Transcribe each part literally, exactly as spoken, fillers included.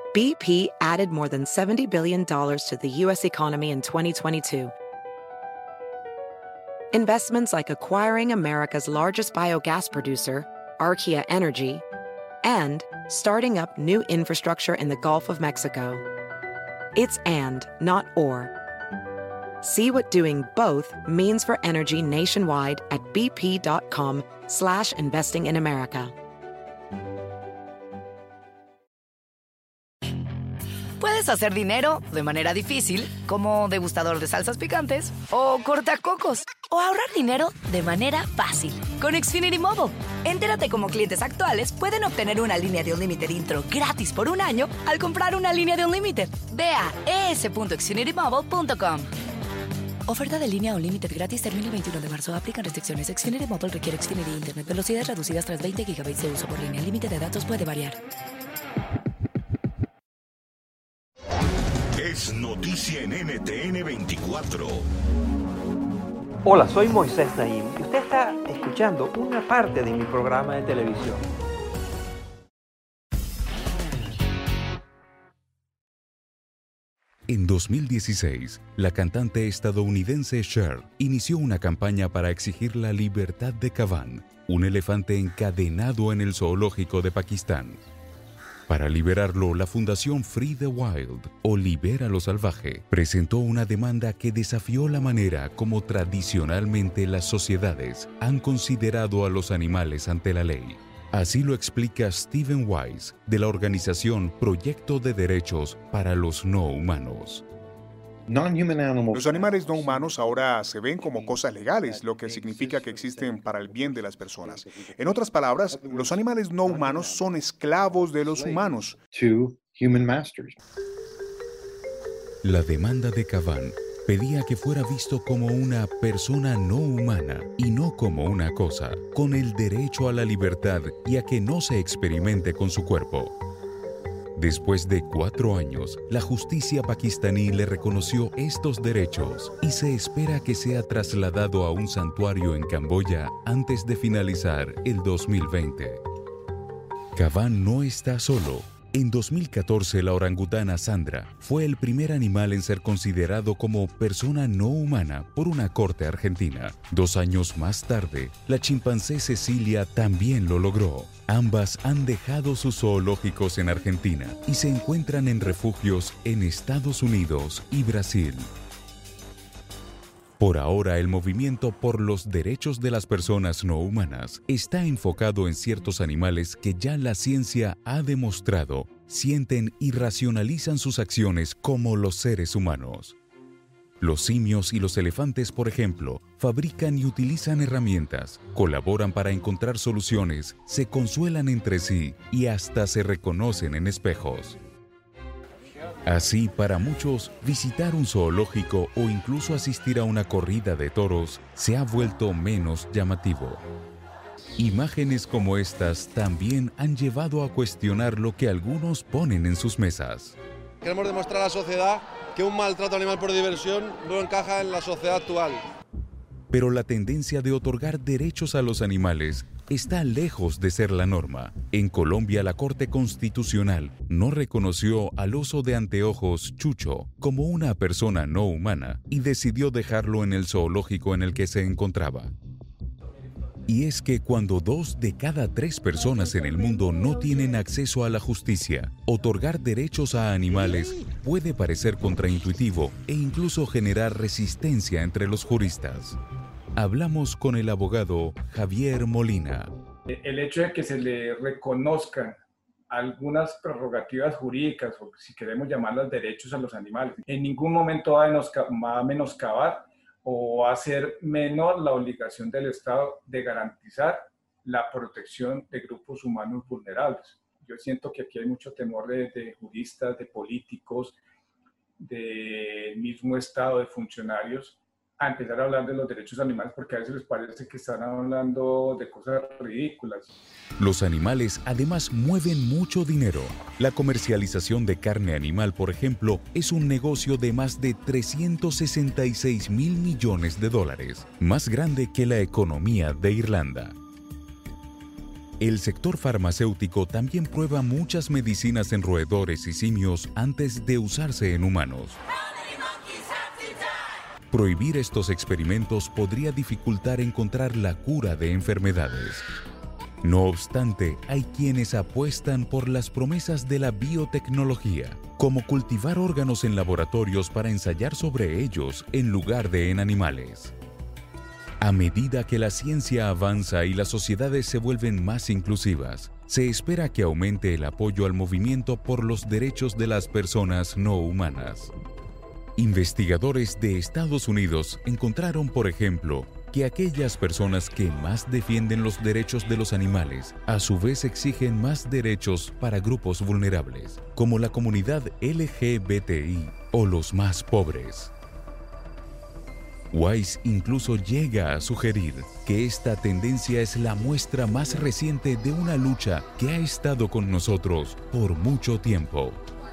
B P added more than seventy billion dollars to the U S economy in twenty twenty-two. Investments like acquiring America's largest biogas producer, Archaea Energy, and starting up new infrastructure in the Gulf of Mexico. It's and, not or. See what doing both means for energy nationwide at bp.com slash investing in America. Puedes hacer dinero de manera difícil, como degustador de salsas picantes, o cortacocos, o ahorrar dinero de manera fácil con Xfinity Mobile. Entérate cómo clientes actuales pueden obtener una línea de Unlimited intro gratis por un año al comprar una línea de Unlimited. Ve a e s punto xfinity mobile punto com. Oferta de línea Unlimited gratis termina el veintiuno de marzo. Aplican restricciones. Xfinity Mobile requiere Xfinity Internet. Velocidades reducidas tras veinte gigabytes de uso por línea. El límite de datos puede variar. Es noticia en N T N veinticuatro. Hola, soy Moisés Naim y usted está escuchando una parte de mi programa de televisión. En dos mil dieciséis, la cantante estadounidense Cher inició una campaña para exigir la libertad de Kavan, un elefante encadenado en el zoológico de Pakistán. Para liberarlo, la fundación Free the Wild, o Libera lo Salvaje, presentó una demanda que desafió la manera como tradicionalmente las sociedades han considerado a los animales ante la ley. Así lo explica Steven Wise, de la organización Proyecto de Derechos para los No Humanos. Los animales no humanos ahora se ven como cosas legales, lo que significa que existen para el bien de las personas. En otras palabras, los animales no humanos son esclavos de los humanos. La demanda de Kavan pedía que fuera visto como una persona no humana y no como una cosa, con el derecho a la libertad y a que no se experimente con su cuerpo. Después de cuatro años, la justicia pakistaní le reconoció estos derechos y se espera que sea trasladado a un santuario en Camboya antes de finalizar el dos mil veinte. Kavan no está solo. En dos mil catorce, la orangutana Sandra fue el primer animal en ser considerado como persona no humana por una corte argentina. Dos años más tarde, la chimpancé Cecilia también lo logró. Ambas han dejado sus zoológicos en Argentina y se encuentran en refugios en Estados Unidos y Brasil. Por ahora, el movimiento por los derechos de las personas no humanas está enfocado en ciertos animales que ya la ciencia ha demostrado sienten y racionalizan sus acciones como los seres humanos. Los simios y los elefantes, por ejemplo, fabrican y utilizan herramientas, colaboran para encontrar soluciones, se consuelan entre sí y hasta se reconocen en espejos. Así, para muchos, visitar un zoológico o incluso asistir a una corrida de toros se ha vuelto menos llamativo. Imágenes como estas también han llevado a cuestionar lo que algunos ponen en sus mesas. Queremos demostrar a la sociedad que un maltrato animal por diversión no encaja en la sociedad actual. Pero la tendencia de otorgar derechos a los animales está lejos de ser la norma. En Colombia, la Corte Constitucional no reconoció al oso de anteojos Chucho como una persona no humana y decidió dejarlo en el zoológico en el que se encontraba. Y es que cuando dos de cada tres personas en el mundo no tienen acceso a la justicia, otorgar derechos a animales puede parecer contraintuitivo e incluso generar resistencia entre los juristas. Hablamos con el abogado Javier Molina. El hecho de que se le reconozcan algunas prerrogativas jurídicas, o si queremos llamarlas derechos a los animales, en ningún momento va a menoscabar o va a hacer menor la obligación del Estado de garantizar la protección de grupos humanos vulnerables. Yo siento que aquí hay mucho temor de, de juristas, de políticos, del mismo Estado, de funcionarios, a empezar a hablar de los derechos animales porque a veces les parece que están hablando de cosas ridículas. Los animales además mueven mucho dinero. La comercialización de carne animal, por ejemplo, es un negocio de más de trescientos sesenta y seis mil millones de dólares, más grande que la economía de Irlanda. El sector farmacéutico también prueba muchas medicinas en roedores y simios antes de usarse en humanos. Prohibir estos experimentos podría dificultar encontrar la cura de enfermedades. No obstante, hay quienes apuestan por las promesas de la biotecnología, como cultivar órganos en laboratorios para ensayar sobre ellos en lugar de en animales. A medida que la ciencia avanza y las sociedades se vuelven más inclusivas, se espera que aumente el apoyo al movimiento por los derechos de las personas no humanas. Investigadores de Estados Unidos encontraron, por ejemplo, que aquellas personas que más defienden los derechos de los animales, a su vez exigen más derechos para grupos vulnerables, como la comunidad L G B T I o los más pobres. Weiss incluso llega a sugerir que esta tendencia es la muestra más reciente de una lucha que ha estado con nosotros por mucho tiempo.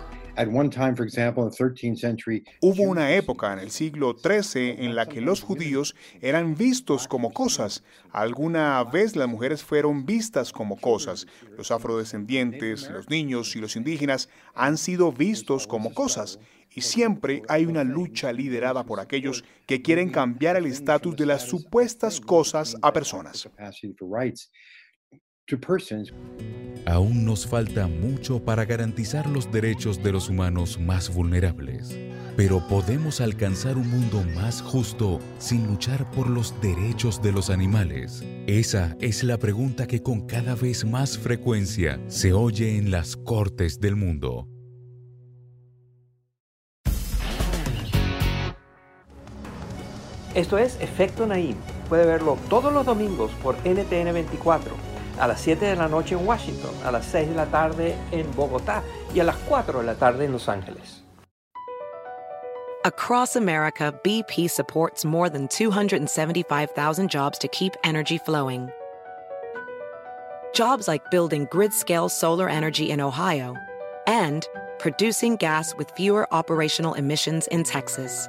Hubo una época en el siglo trece en la que los judíos eran vistos como cosas. Alguna vez las mujeres fueron vistas como cosas. Los afrodescendientes, los niños y los indígenas han sido vistos como cosas. Y siempre hay una lucha liderada por aquellos que quieren cambiar el estatus de las supuestas cosas a personas. Aún nos falta mucho para garantizar los derechos de los humanos más vulnerables, pero podemos alcanzar un mundo más justo sin luchar por los derechos de los animales. Esa es la pregunta que con cada vez más frecuencia se oye en las cortes del mundo. Esto es Efecto Naim. Puede verlo todos los domingos por N T N veinticuatro. A las siete de la noche en Washington, a las seis de la tarde en Bogotá y a las cuatro de la tarde en Los Ángeles. Across America, B P supports more than two hundred seventy-five thousand jobs to keep energy flowing. Jobs like building grid-scale solar energy in Ohio and producing gas with fewer operational emissions in Texas.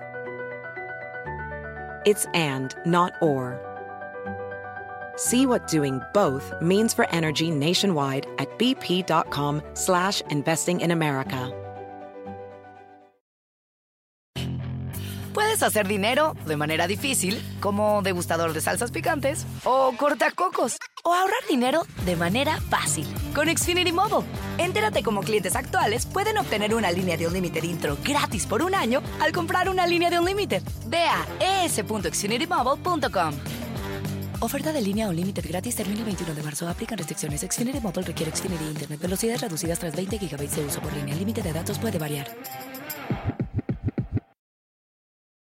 It's and, not or. See what doing both means for energy nationwide at bp.com slash investing in America. Puedes hacer dinero de manera difícil, como degustador de salsas picantes, o cortacocos, o ahorrar dinero de manera fácil con Xfinity Mobile. Entérate cómo clientes actuales pueden obtener una línea de Unlimited intro gratis por un año al comprar una línea de Unlimited. Ve a es punto xfinity mobile punto com. Oferta de línea Unlimited gratis termina el veintiuno de marzo. Aplican restricciones. Xfinity Mobile requiere Xfinity Internet. Velocidades reducidas tras veinte gigabytes de uso por línea. El límite de datos puede variar.